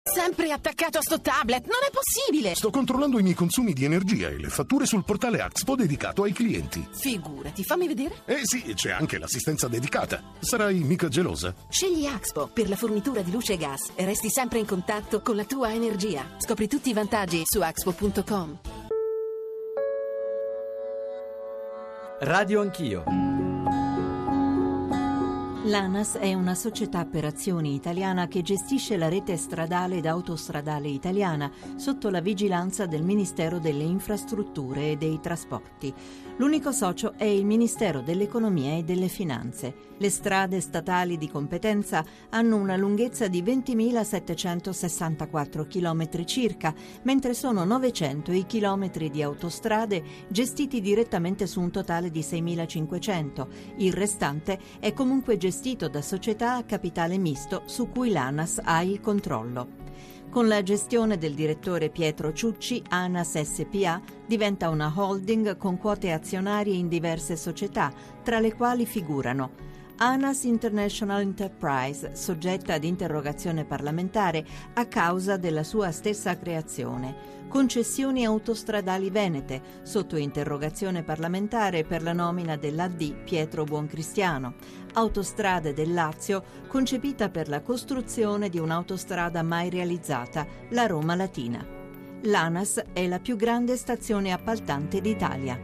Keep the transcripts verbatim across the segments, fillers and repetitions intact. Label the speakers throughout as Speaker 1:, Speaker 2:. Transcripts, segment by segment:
Speaker 1: Sempre attaccato a sto tablet, non è possibile!
Speaker 2: Sto controllando i miei consumi di energia e le fatture sul portale Axpo dedicato ai clienti.
Speaker 1: Figurati, fammi vedere.
Speaker 2: Eh sì, c'è anche l'assistenza dedicata. Sarai mica gelosa?
Speaker 1: Scegli Axpo per la fornitura di luce e gas e resti sempre in contatto con la tua energia. Scopri tutti i vantaggi su axpo punto com.
Speaker 3: Radio Anch'io.
Speaker 4: L'ANAS è una società per azioni italiana che gestisce la rete stradale ed autostradale italiana sotto la vigilanza del Ministero delle Infrastrutture e dei Trasporti. L'unico socio è il Ministero dell'Economia e delle Finanze. Le strade statali di competenza hanno una lunghezza di ventimilasettecentosessantaquattro chilometri circa, mentre sono novecento i chilometri di autostrade gestiti direttamente su un totale di seimilacinquecento. Il restante è comunque gestito da società a capitale misto su cui l'ANAS ha il controllo. Con la gestione del direttore Pietro Ciucci, ANAS S p A diventa una holding con quote azionarie in diverse società, tra le quali figurano ANAS International Enterprise, soggetta ad interrogazione parlamentare a causa della sua stessa creazione. Concessioni autostradali venete, sotto interrogazione parlamentare per la nomina dell'A D Pietro Buoncristiano. Autostrade del Lazio, concepita per la costruzione di un'autostrada mai realizzata, la Roma Latina. L'ANAS è la più grande stazione appaltante d'Italia.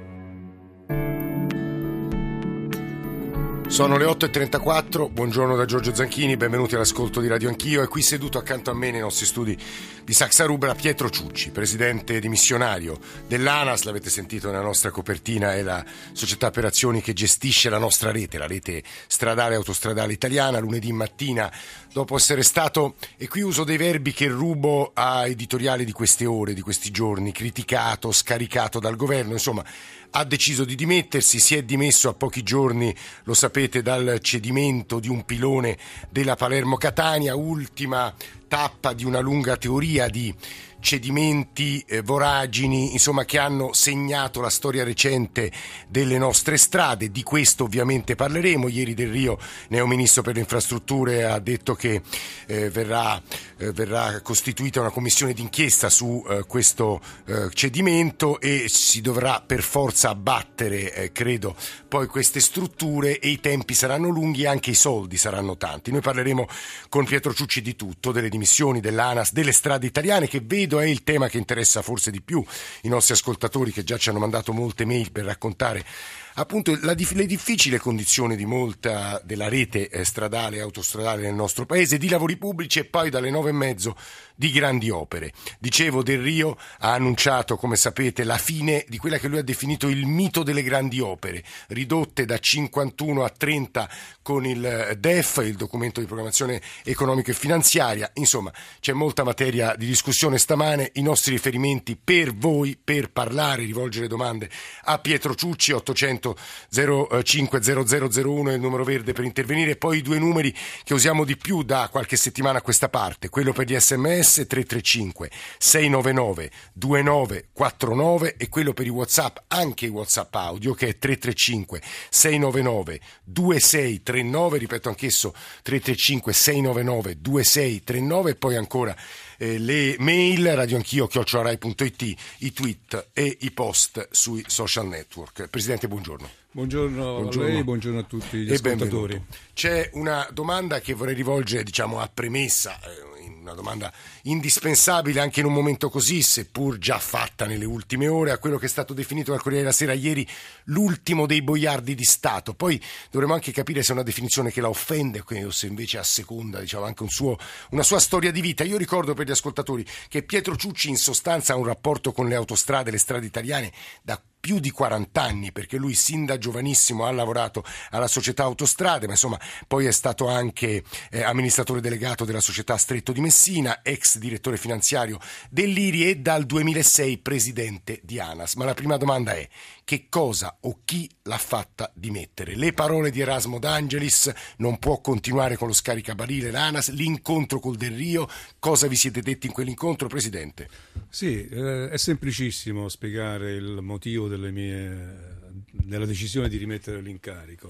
Speaker 5: Sono le otto e trentaquattro, buongiorno da Giorgio Zanchini, benvenuti all'ascolto di Radio Anch'io. E qui seduto accanto a me nei nostri studi di Saxa Rubra Pietro Ciucci, presidente dimissionario dell'ANAS, l'avete sentito nella nostra copertina, è la società per azioni che gestisce la nostra rete, la rete stradale e autostradale italiana. Lunedì mattina, dopo essere stato, e qui uso dei verbi che rubo a editoriali di queste ore, di questi giorni, criticato, scaricato dal governo, insomma, ha deciso di dimettersi, si è dimesso a pochi giorni, lo sapete, dal cedimento di un pilone della Palermo-Catania, ultima tappa di una lunga teoria di cedimenti, eh, voragini, insomma, che hanno segnato la storia recente delle nostre strade. Di questo ovviamente parleremo. Ieri Del Rio, neoministro per le infrastrutture, ha detto che eh, verrà, eh, verrà costituita una commissione d'inchiesta su eh, questo eh, cedimento e si dovrà per forza abbattere, eh, credo, poi queste strutture, e i tempi saranno lunghi e anche i soldi saranno tanti. Noi parleremo con Pietro Ciucci di tutto, delle dimissioni dell'ANAS, delle strade italiane, che vedo è il tema che interessa forse di più i nostri ascoltatori, che già ci hanno mandato molte mail per raccontare appunto la, le difficili condizioni di molta della rete eh, stradale e autostradale nel nostro paese, di lavori pubblici e poi dalle nove e mezzo di grandi opere. Dicevo, Del Rio ha annunciato, come sapete, la fine di quella che lui ha definito il mito delle grandi opere, ridotte da cinquantuno a trenta con il D E F, il documento di programmazione economico e finanziaria. Insomma, c'è molta materia di discussione stamane. I nostri riferimenti per voi, per parlare, rivolgere domande a Pietro Ciucci, ottocento zero cinque zero zero zero uno è il numero verde per intervenire, poi i due numeri che usiamo di più da qualche settimana a questa parte, quello per gli sms tre tre cinque sei nove nove due nove quattro nove e quello per i WhatsApp, anche i WhatsApp audio, che è tre tre cinque sei nove nove due sei tre nove, ripeto anch'esso tre tre cinque sei nove nove due sei tre nove, e poi ancora eh, le mail radioanchio chiocciola rai punto it, i tweet e i post sui social network. Presidente, buongiorno.
Speaker 6: Buongiorno,
Speaker 5: buongiorno
Speaker 6: a lei, buongiorno a tutti gli
Speaker 5: e
Speaker 6: ascoltatori.
Speaker 5: Benvenuto. C'è una domanda che vorrei rivolgere, diciamo, a premessa, eh, una domanda indispensabile anche in un momento così, seppur già fatta nelle ultime ore, a quello che è stato definito dal Corriere della Sera ieri l'ultimo dei boiardi di Stato. Poi dovremo anche capire se è una definizione che la offende o se invece asseconda, diciamo, anche un suo, una sua storia di vita. Io ricordo per gli ascoltatori che Pietro Ciucci in sostanza ha un rapporto con le autostrade, le strade italiane da più di quaranta anni, perché lui sin da giovanissimo ha lavorato alla società Autostrade, ma insomma poi è stato anche eh, amministratore delegato della società Stretto di Messina, ex direttore finanziario dell'I R I e dal duemilasei presidente di ANAS. Ma la prima domanda è: che cosa o chi l'ha fatta dimettere? Le parole di Erasmo D'Angelis, non può continuare con lo scaricabarile l'ANAS, l'incontro col Del Rio, cosa vi siete detti in quell'incontro, Presidente?
Speaker 6: Sì, eh, è semplicissimo spiegare il motivo delle mie, della decisione di rimettere l'incarico.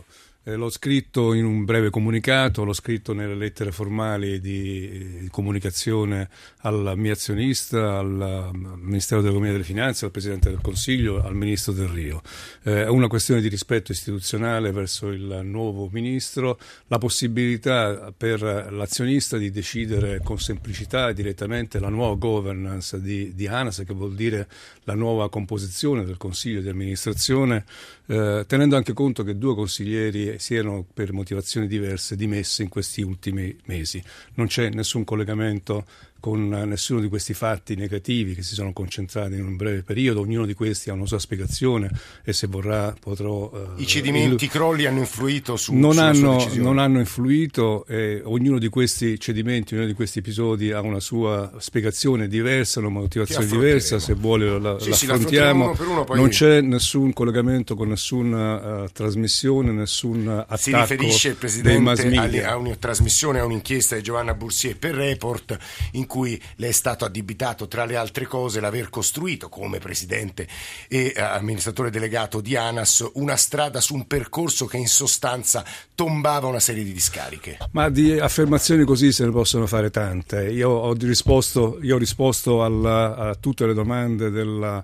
Speaker 6: Eh, l'ho scritto in un breve comunicato, l'ho scritto nelle lettere formali di, di comunicazione al mio azionista, al, al Ministero dell'Economia e delle Finanze, al Presidente del Consiglio, al Ministro Del Rio. Eh, è una questione di rispetto istituzionale verso il nuovo Ministro, la possibilità per l'azionista di decidere con semplicità e direttamente la nuova governance di, di ANAS, che vuol dire la nuova composizione del Consiglio di amministrazione, eh, tenendo anche conto che due consiglieri si erano per motivazioni diverse dimessi in questi ultimi mesi. Non c'è nessun collegamento con nessuno di questi fatti negativi che si sono concentrati in un breve periodo, ognuno di questi ha una sua spiegazione e se vorrà potrò...
Speaker 5: Eh, I cedimenti, i crolli hanno influito su,
Speaker 6: non
Speaker 5: sulla
Speaker 6: hanno,
Speaker 5: sua decisione? Non
Speaker 6: hanno influito, e ognuno di questi cedimenti, ognuno di questi episodi ha una sua spiegazione diversa, una motivazione diversa, se vuole la,
Speaker 5: sì,
Speaker 6: l'affrontiamo.
Speaker 5: Sì, uno uno, poi...
Speaker 6: Non c'è nessun collegamento con nessuna uh, trasmissione, nessun attacco
Speaker 5: si riferisce il
Speaker 6: dei mass
Speaker 5: Presidente
Speaker 6: media.
Speaker 5: a una trasmissione, a un'inchiesta di Giovanna Boursier per Report, in cui le è stato addebitato, tra le altre cose, l'aver costruito come Presidente e eh, amministratore delegato di ANAS una strada su un percorso che in sostanza tombava una serie di discariche.
Speaker 6: Ma di affermazioni così se ne possono fare tante. Io ho risposto, io ho risposto alla, a tutte le domande della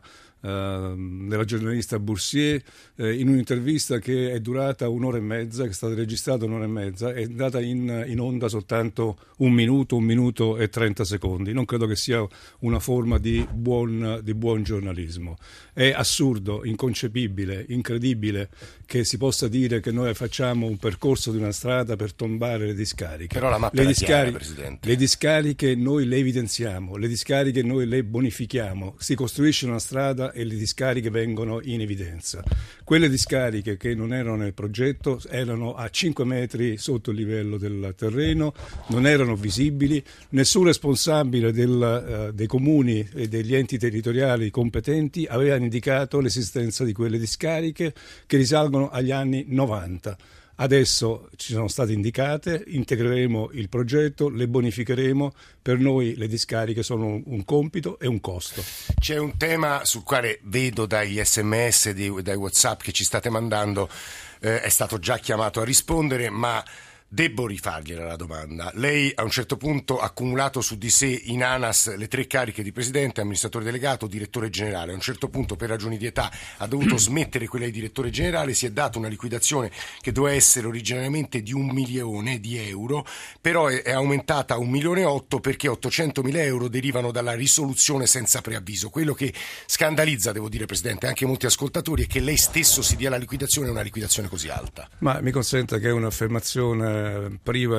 Speaker 6: Uh, della giornalista Boursier eh, in un'intervista che è durata un'ora e mezza, che è stata registrata un'ora e mezza, è andata in, in onda soltanto un minuto, un minuto e trenta secondi. Non credo che sia una forma di buon, di buon giornalismo. È assurdo, inconcepibile, incredibile che si possa dire che noi facciamo un percorso di una strada per tombare le discariche.
Speaker 5: Però la mappa
Speaker 6: le
Speaker 5: è
Speaker 6: discariche,
Speaker 5: chiara, Presidente.
Speaker 6: Le discariche noi le evidenziamo, le discariche noi le bonifichiamo, si costruisce una strada e le discariche vengono in evidenza. Quelle discariche che non erano nel progetto erano a cinque metri sotto il livello del terreno, non erano visibili, nessun responsabile del, uh, dei comuni e degli enti territoriali competenti aveva indicato l'esistenza di quelle discariche che risalgono agli anni novanta. Adesso ci sono state indicate, integreremo il progetto, le bonificheremo. Per noi le discariche sono un compito e un costo.
Speaker 5: C'è un tema sul quale vedo dagli sms, dai WhatsApp che ci state mandando, eh, è stato già chiamato a rispondere, ma devo rifargliela la domanda. Lei a un certo punto ha accumulato su di sé in ANAS le tre cariche di presidente, amministratore delegato, direttore generale. A un certo punto, per ragioni di età, ha dovuto smettere quella di direttore generale, si è data una liquidazione che doveva essere originariamente di un milione di euro, però è aumentata a un milione e otto perché ottocentomila euro derivano dalla risoluzione senza preavviso. Quello che scandalizza, devo dire, Presidente, anche molti ascoltatori, è che lei stesso si dia la liquidazione, una liquidazione così alta.
Speaker 6: Ma mi consenta che è un'affermazione priva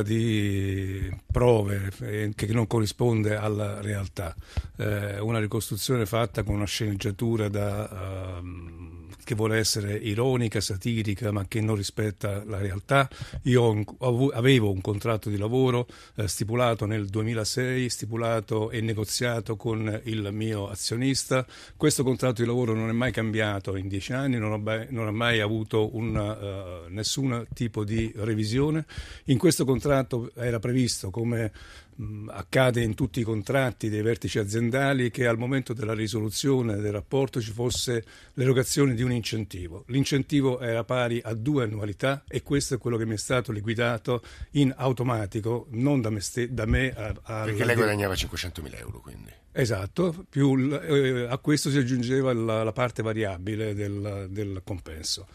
Speaker 6: di prove, eh, che non corrisponde alla realtà. Eh, una ricostruzione fatta con una sceneggiatura da, uh, che vuole essere ironica, satirica, ma che non rispetta la realtà. Io ho, avevo un contratto di lavoro eh, stipulato nel duemilasei, stipulato e negoziato con il mio azionista. Questo contratto di lavoro non è mai cambiato in dieci anni, non, ho mai, non ha mai avuto una, uh, nessun tipo di revisione. In questo contratto era previsto, come mh, accade in tutti i contratti dei vertici aziendali, che al momento della risoluzione del rapporto ci fosse l'erogazione di un incentivo. L'incentivo era pari a due annualità e questo è quello che mi è stato liquidato in automatico, non da me, ste- da me a, a
Speaker 5: perché lei guadagnava cinquecentomila euro, quindi.
Speaker 6: Esatto, più eh, a questo si aggiungeva la, la parte variabile del, del compenso.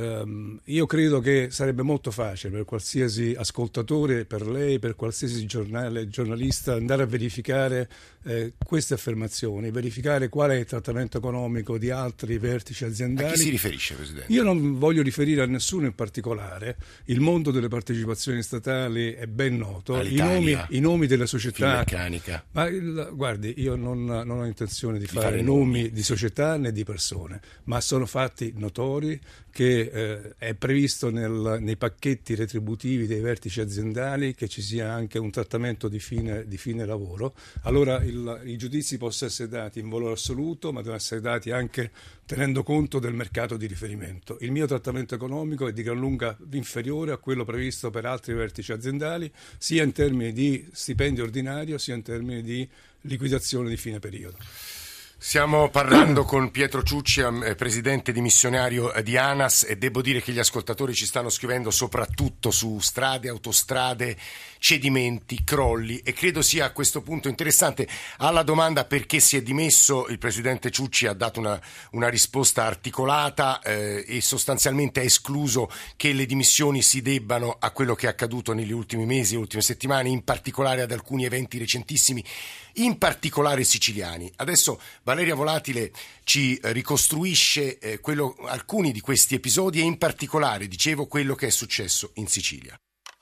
Speaker 6: Um, io credo che sarebbe molto facile per qualsiasi ascoltatore, per lei, per qualsiasi giornale, giornalista andare a verificare eh, queste affermazioni, verificare qual è il trattamento economico di altri vertici aziendali.
Speaker 5: A chi si riferisce, Presidente?
Speaker 6: Io non voglio riferire a nessuno in particolare, il mondo delle partecipazioni statali è ben noto, i nomi, i nomi delle società.
Speaker 5: Finmeccanica.
Speaker 6: Ma il, guardi, io non, non ho intenzione di, di fare, fare
Speaker 5: nomi,
Speaker 6: nomi di società né di persone, ma sono fatti notori che eh, è previsto nel, nei pacchetti retributivi dei vertici aziendali che ci sia anche un trattamento di fine, di fine lavoro. Allora il, i giudizi possono essere dati in valore assoluto, ma devono essere dati anche tenendo conto del mercato di riferimento. Il mio trattamento economico è di gran lunga inferiore a quello previsto per altri vertici aziendali, sia in termini di stipendio ordinario, sia in termini di liquidazione di fine periodo.
Speaker 5: Stiamo parlando con Pietro Ciucci, presidente dimissionario di ANAS, e devo dire che gli ascoltatori ci stanno scrivendo soprattutto su strade, autostrade, cedimenti, crolli, e credo sia a questo punto interessante. Alla domanda perché si è dimesso, il presidente Ciucci ha dato una, una risposta articolata eh, e sostanzialmente ha escluso che le dimissioni si debbano a quello che è accaduto negli ultimi mesi, le ultime settimane, in particolare ad alcuni eventi recentissimi, in particolare siciliani. Adesso Valeria Volatile ci ricostruisce eh, quello, alcuni di questi episodi e in particolare, dicevo, quello che è successo in Sicilia.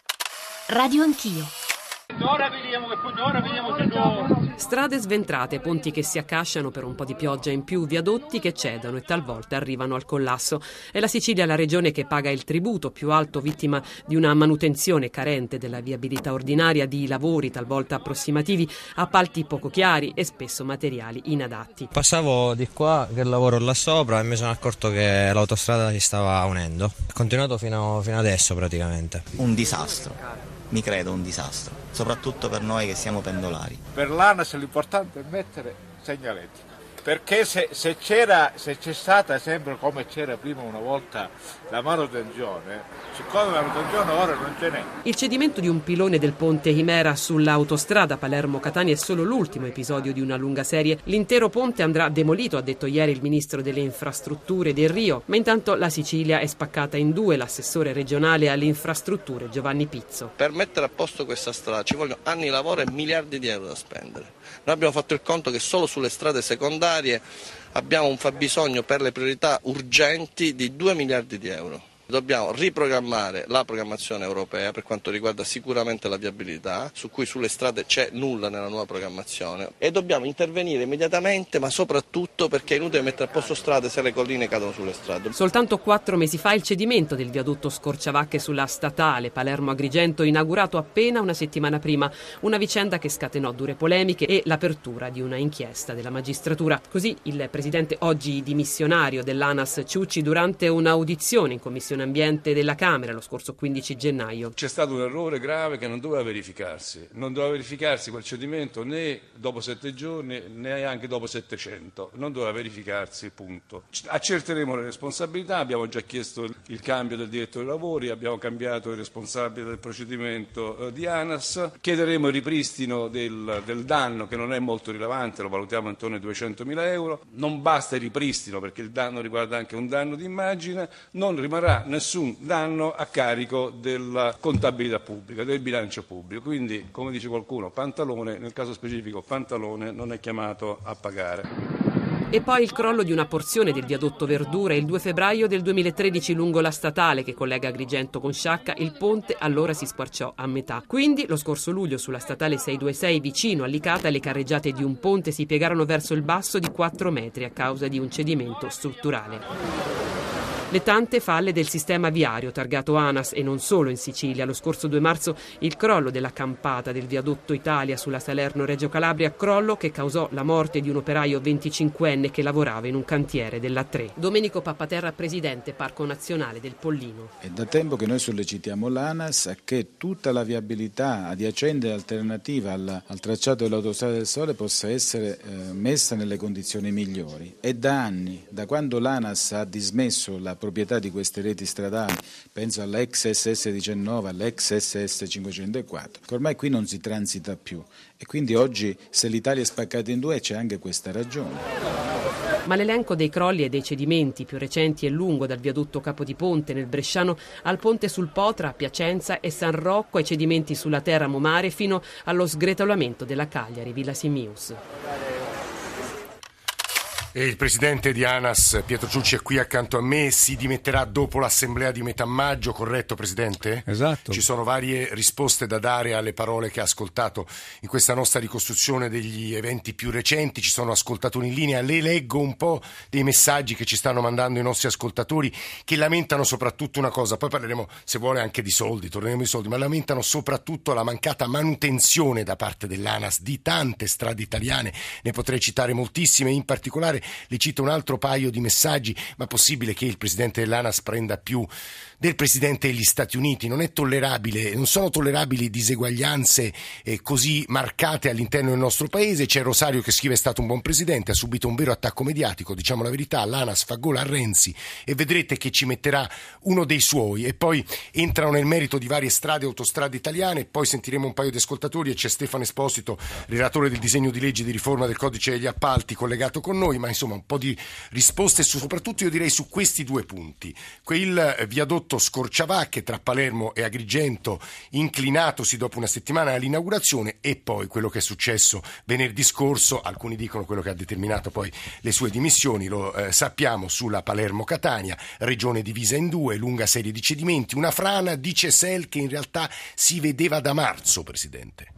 Speaker 7: Radio Anch'io.
Speaker 8: Ora vediamo che ora vediamo che no.
Speaker 9: Strade sventrate, ponti che si accasciano per un po' di pioggia in più, viadotti che cedono e talvolta arrivano al collasso. È la Sicilia la regione che paga il tributo più alto, vittima di una manutenzione carente della viabilità ordinaria, di lavori talvolta approssimativi, appalti poco chiari e spesso materiali inadatti.
Speaker 10: Passavo di qua che lavoro là sopra e mi sono accorto che l'autostrada si stava unendo. È continuato fino, fino adesso praticamente.
Speaker 11: Un disastro. Mi credo un disastro, soprattutto per noi che siamo pendolari.
Speaker 8: Per l'ANAS l'importante è mettere segnaletica, perché se, se c'era, se c'è stata sempre come c'era prima una volta la manutenzione, siccome la manutenzione ora non ce n'è.
Speaker 9: Il cedimento di un pilone del ponte Himera sull'autostrada Palermo-Catania è solo l'ultimo episodio di una lunga serie. L'intero ponte andrà demolito, ha detto ieri il ministro delle infrastrutture del Rio, ma intanto la Sicilia è spaccata in due. L'assessore regionale alle infrastrutture Giovanni Pizzo.
Speaker 12: Per mettere a posto questa strada ci vogliono anni di lavoro e miliardi di euro da spendere. Noi abbiamo fatto il conto che solo sulle strade secondarie abbiamo un fabbisogno per le priorità urgenti di due miliardi di euro. Dobbiamo riprogrammare la programmazione europea per quanto riguarda sicuramente la viabilità, su cui sulle strade c'è nulla nella nuova programmazione, e dobbiamo intervenire immediatamente, ma soprattutto perché è inutile mettere a posto strade se le colline cadono sulle strade.
Speaker 9: Soltanto quattro mesi fa il cedimento del viadotto Scorciavacche sulla statale Palermo-Agrigento, inaugurato appena una settimana prima, una vicenda che scatenò dure polemiche e l'apertura di una inchiesta della magistratura. Così il presidente oggi dimissionario dell'ANAS Ciucci, durante un'audizione in commissione ambiente della Camera lo scorso quindici gennaio.
Speaker 6: C'è stato un errore grave che non doveva verificarsi. Non doveva verificarsi quel cedimento né dopo sette giorni né anche dopo settecento. Non doveva verificarsi, punto. Accerteremo le responsabilità, abbiamo già chiesto il cambio del direttore dei lavori, abbiamo cambiato il responsabile del procedimento di ANAS, chiederemo il ripristino del, del danno, che non è molto rilevante, lo valutiamo intorno ai duecentomila euro. Non basta il ripristino, perché il danno riguarda anche un danno di immagine, non rimarrà nessun danno a carico della contabilità pubblica, del bilancio pubblico. Quindi, come dice qualcuno, Pantalone, nel caso specifico Pantalone non è chiamato a pagare.
Speaker 9: E poi il crollo di una porzione del viadotto Verdura il due febbraio del duemilatredici lungo la statale che collega Agrigento con Sciacca. Il ponte allora si squarciò a metà. Quindi lo scorso luglio sulla statale seicentoventisei vicino a Licata le carreggiate di un ponte si piegarono verso il basso di quattro metri a causa di un cedimento strutturale. Le tante falle del sistema viario targato ANAS, e non solo in Sicilia. Lo scorso due marzo il crollo della campata del viadotto Italia sulla Salerno-Reggio Calabria, crollo che causò la morte di un operaio venticinquenne che lavorava in un cantiere della tre. Domenico Pappaterra, presidente Parco Nazionale del Pollino.
Speaker 13: È da tempo che noi sollecitiamo l'ANAS a che tutta la viabilità adiacente e alternativa al, al tracciato dell'Autostrada del Sole possa essere eh, messa nelle condizioni migliori. È da anni, da quando l'ANAS ha dismesso la proprietà di queste reti stradali, penso all'ex S S diciannove, all'ex S S cinquecentoquattro, che ormai qui non si transita più, e quindi oggi se l'Italia è spaccata in due c'è anche questa ragione.
Speaker 9: Ma l'elenco dei crolli e dei cedimenti più recenti è lungo, dal viadotto Capodiponte nel Bresciano al ponte sul Potra a Piacenza e San Rocco, ai cedimenti sulla Teramo Mare, fino allo sgretolamento della Cagliari Villa Simius.
Speaker 5: E il presidente di ANAS, Pietro Ciucci, è qui accanto a me. Si dimetterà dopo l'assemblea di metà maggio, corretto, presidente?
Speaker 6: Esatto.
Speaker 5: Ci sono varie risposte da dare alle parole che ha ascoltato in questa nostra ricostruzione degli eventi più recenti. Ci sono ascoltatori in linea. Le leggo un po' dei messaggi che ci stanno mandando i nostri ascoltatori, che lamentano soprattutto una cosa. Poi parleremo, se vuole, anche di soldi, torneremo ai soldi, ma lamentano soprattutto la mancata manutenzione da parte dell'ANAS di tante strade italiane. Ne potrei citare moltissime, in particolare le cito un altro paio di messaggi. Ma possibile che il presidente dell'ANAS prenda più del Presidente degli Stati Uniti. Non è tollerabile, non sono tollerabili diseguaglianze eh, così marcate all'interno del nostro paese. C'è Rosario che scrive: è stato un buon Presidente, ha subito un vero attacco mediatico, diciamo la verità, l'ANAS fa gola a Renzi e vedrete che ci metterà uno dei suoi. E poi entrano nel merito di varie strade e autostrade italiane, poi sentiremo un paio di ascoltatori e c'è Stefano Esposito, relatore del disegno di legge di riforma del codice degli appalti, collegato con noi, ma insomma un po' di risposte su, soprattutto io direi su questi due punti. Quel viadotto Scorciavacche tra Palermo e Agrigento inclinatosi dopo una settimana all'inaugurazione, e poi quello che è successo venerdì scorso, alcuni dicono quello che ha determinato poi le sue dimissioni, lo eh, sappiamo, sulla Palermo-Catania, regione divisa in due, lunga serie di cedimenti, una frana, dice Sel, che in realtà si vedeva da marzo, Presidente.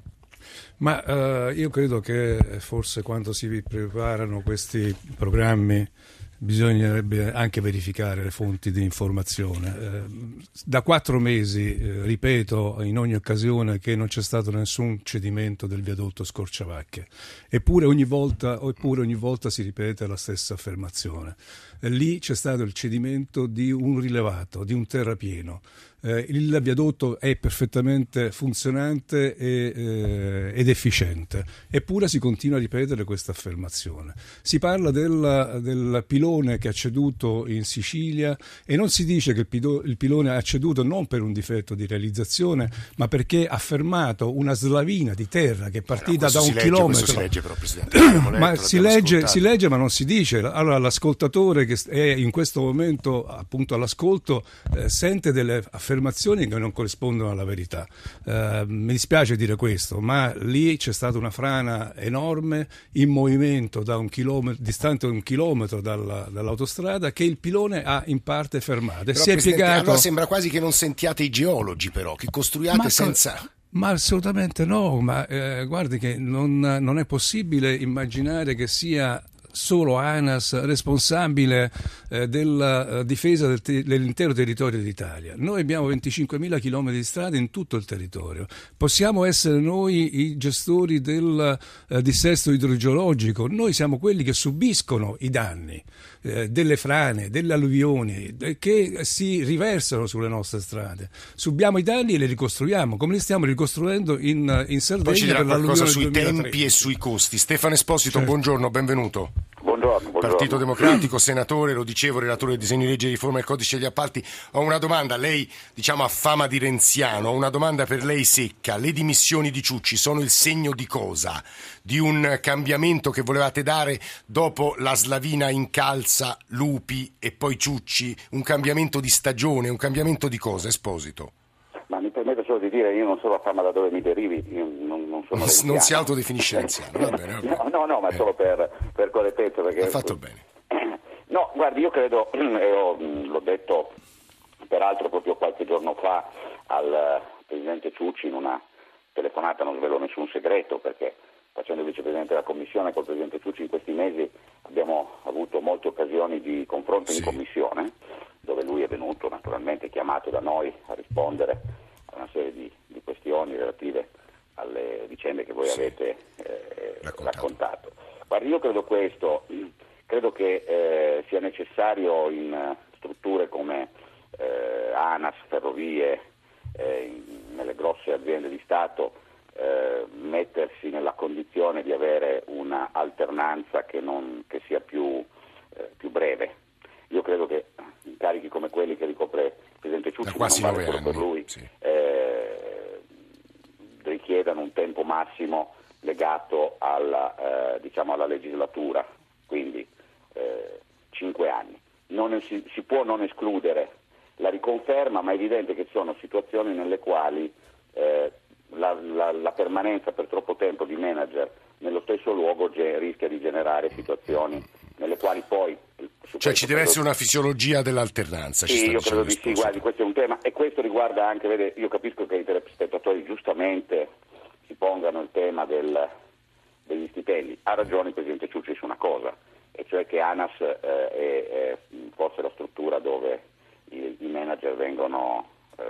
Speaker 6: Ma uh, io credo che forse quando si preparano questi programmi bisognerebbe anche verificare le fonti di informazione. Eh, da quattro mesi eh, ripeto in ogni occasione che non c'è stato nessun cedimento del viadotto Scorciavacche, eppure ogni volta, eppure ogni volta si ripete la stessa affermazione. Eh, lì c'è stato il cedimento di un rilevato, di un terrapieno. Eh, il viadotto è perfettamente funzionante e, eh, ed efficiente, eppure si continua a ripetere questa affermazione. Si parla del, del pilone che ha ceduto in Sicilia e non si dice che il, pido, il pilone ha ceduto non per un difetto di realizzazione, ma perché ha fermato una slavina di terra che è partita
Speaker 5: no,
Speaker 6: da un
Speaker 5: si legge,
Speaker 6: chilometro.
Speaker 5: Questo si legge però, Presidente. Letto,
Speaker 6: ma si legge, si legge ma non si dice. Allora l'ascoltatore che è in questo momento appunto all'ascolto eh, sente delle affermazioni affermazioni che non corrispondono alla verità. Eh, mi dispiace dire questo, ma lì c'è stata una frana enorme in movimento da un chilometro, distante un chilometro dalla, dall'autostrada, che il pilone ha in parte fermato.
Speaker 5: Però,
Speaker 6: si è piegato...
Speaker 5: allora sembra quasi che non sentiate i geologi, però, che costruiate ma senza... Co-
Speaker 6: Ma assolutamente no, ma eh, guardi che non, non è possibile immaginare che sia solo ANAS responsabile eh, della difesa del te- dell'intero territorio d'Italia. Noi abbiamo venticinquemila chilometri di strade in tutto il territorio. Possiamo essere noi i gestori del eh, dissesto idrogeologico, noi siamo quelli che subiscono i danni eh, delle frane, delle alluvioni eh, che si riversano sulle nostre strade. Subiamo i danni e li ricostruiamo, come li stiamo ricostruendo in, in Sardegna.
Speaker 5: Poi ci dirà
Speaker 6: per
Speaker 5: qualcosa sui
Speaker 6: duemilatredici.
Speaker 5: Tempi e sui costi. Stefano Esposito,
Speaker 6: certo.
Speaker 5: Buongiorno, benvenuto.
Speaker 14: Buongiorno, buongiorno.
Speaker 5: Partito Democratico, senatore, lo dicevo, relatore del disegno di legge di riforma del codice degli appalti. Ho una domanda, lei diciamo ha fama di renziano, ho una domanda per lei secca. Le dimissioni di Ciucci sono il segno di cosa? Di un cambiamento che volevate dare dopo la slavina incalza, Lupi e poi Ciucci? Un cambiamento di stagione, un cambiamento di cosa, Esposito?
Speaker 14: Ma mi permette solo di dire, io non so la fama da dove mi derivi, io non, non sono renziano.
Speaker 5: Non si autodefinisce renziano, va bene, va bene.
Speaker 14: No, no, no, ma eh. solo per, per correttezza. Perché...
Speaker 5: Ha fatto bene.
Speaker 14: No, guardi, io credo, e ho, l'ho detto peraltro proprio qualche giorno fa al Presidente Ciucci in una telefonata, non svelo nessun segreto, perché facendo il Vicepresidente della Commissione col Presidente Ciucci in questi mesi abbiamo avuto molte occasioni di confronto sì. in Commissione, dove lui è venuto naturalmente chiamato da noi a rispondere a una serie di, di questioni relative alle vicende che voi sì. avete eh, raccontato. raccontato. Guardi, io credo questo, credo che eh, sia necessario in strutture come eh, ANAS, Ferrovie, eh, in, nelle grosse aziende di Stato, eh, mettersi nella condizione di avere una alternanza che, non, che sia più, eh, più breve. Io credo che incarichi come quelli che ricopre il Presidente Ciucci, ma non vale solo anni, per lui, sì. eh, richiedano un tempo massimo legato alla, eh, diciamo alla legislatura, quindi eh, cinque anni. Non si, si può non escludere la riconferma, ma è evidente che ci sono situazioni nelle quali eh, la, la, la permanenza per troppo tempo di manager nello stesso luogo ge- rischia di generare situazioni nelle quali poi...
Speaker 5: Cioè ci deve essere una fisiologia dell'alternanza.
Speaker 14: Sì, io credo di sì, guardi, questo è un tema, e questo riguarda anche, vede, io capisco che i telespettatori giustamente si pongano il tema del, degli stipendi. Ha ragione il Presidente Ciucci su una cosa, e cioè che ANAS eh, è, è forse la struttura dove i, i manager vengono,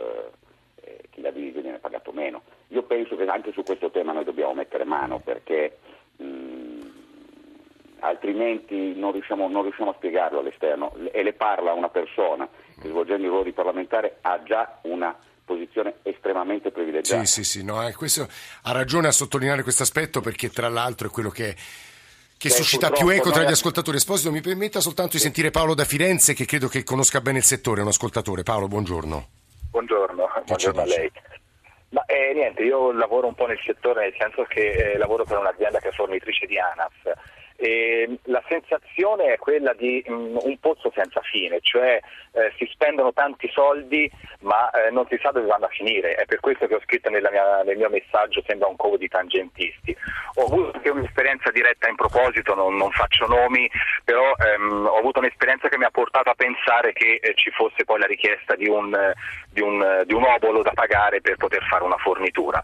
Speaker 14: eh, chi la dirige viene pagato meno. Io penso che anche su questo tema noi dobbiamo mettere mano, perché mh, altrimenti non riusciamo, non riusciamo a spiegarlo all'esterno, e le parla una persona che svolgendo il ruolo di parlamentare ha già una posizione estremamente privilegiata.
Speaker 5: Sì, sì, sì, no, eh, questo, ha ragione a sottolineare questo aspetto, perché tra l'altro è quello che, che
Speaker 14: Beh,
Speaker 5: suscita più eco tra gli
Speaker 14: noi...
Speaker 5: ascoltatori. Esposito, mi permetta soltanto di sentire Paolo da Firenze, che credo che conosca bene il settore, è un ascoltatore. Paolo, buongiorno.
Speaker 15: Buongiorno, buongiorno a lei. Ma eh, niente, io lavoro un po' nel settore, nel senso che eh, lavoro per un'azienda che è fornitrice di ANAS. E la sensazione è quella di um, un pozzo senza fine, cioè eh, si spendono tanti soldi ma eh, non si sa dove vanno a finire. È per questo che ho scritto nella mia, nel mio messaggio, sembra un covo di tangentisti. Ho avuto anche un'esperienza diretta in proposito, non, non faccio nomi, però ehm, ho avuto un'esperienza che mi ha portato a pensare che eh, ci fosse poi la richiesta di un, di, un, di un obolo da pagare per poter fare una fornitura.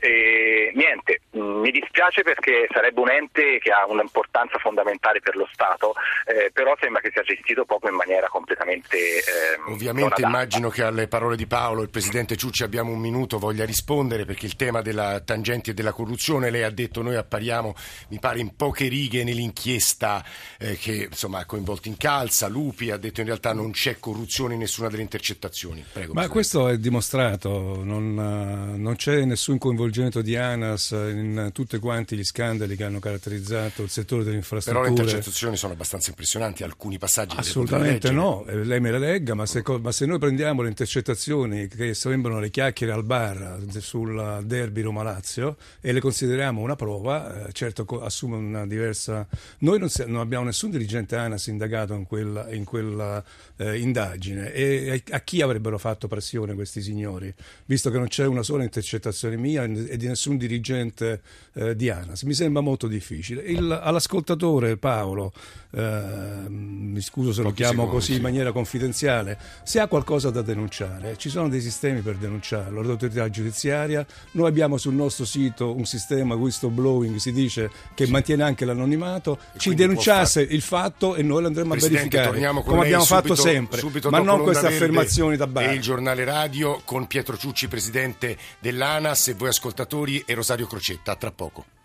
Speaker 15: E, niente, mh, mi dispiace perché sarebbe un ente che ha un'importanza fondamentale per lo Stato, eh, però sembra che sia gestito proprio in maniera completamente eh,
Speaker 5: ovviamente immagino che alle parole di Paolo il presidente Ciucci, abbiamo un minuto, voglia rispondere, perché il tema della tangenti e della corruzione, lei ha detto noi appariamo mi pare in poche righe nell'inchiesta eh, che insomma ha coinvolto Incalza, Lupi, ha detto in realtà non c'è corruzione in nessuna delle intercettazioni. Prego,
Speaker 6: ma
Speaker 5: presidente.
Speaker 6: Questo è dimostrato, non, non c'è nessun coinvolgimento di ANAS in tutti quanti gli scandali che hanno caratterizzato il settore delle infrastrutture.
Speaker 5: Però le intercettazioni sono abbastanza impressionanti, alcuni passaggi.
Speaker 6: Assolutamente no, lei me la legga, ma se, ma se noi prendiamo le intercettazioni che sembrano le chiacchiere al bar sul derby Roma-Lazio e le consideriamo una prova, eh, certo assume una diversa. Noi non, non abbiamo nessun dirigente ANAS indagato in quella, in quella eh, indagine, e a chi avrebbero fatto pressione questi signori, visto che non c'è una sola intercettazione mia e di nessun dirigente eh, di ANAS? Mi sembra molto difficile. Il, all'ascoltatore Paolo, eh, mi scuso se lo chiamo così in maniera confidenziale, se ha qualcosa da denunciare, ci sono dei sistemi per denunciarlo, l'autorità giudiziaria. Noi abbiamo sul nostro sito un sistema whistleblowing, si dice, che sì. mantiene anche l'anonimato, e ci denunciasse far... il fatto e noi lo andremo
Speaker 5: Presidente,
Speaker 6: a verificare, come abbiamo
Speaker 5: subito,
Speaker 6: fatto sempre,
Speaker 5: subito
Speaker 6: ma non queste
Speaker 5: Verde
Speaker 6: affermazioni da bar.
Speaker 5: E il giornale radio con Pietro Ciucci, presidente dell'ANAS, e voi ascoltatori, e Rosario Crocetta. A tra poco.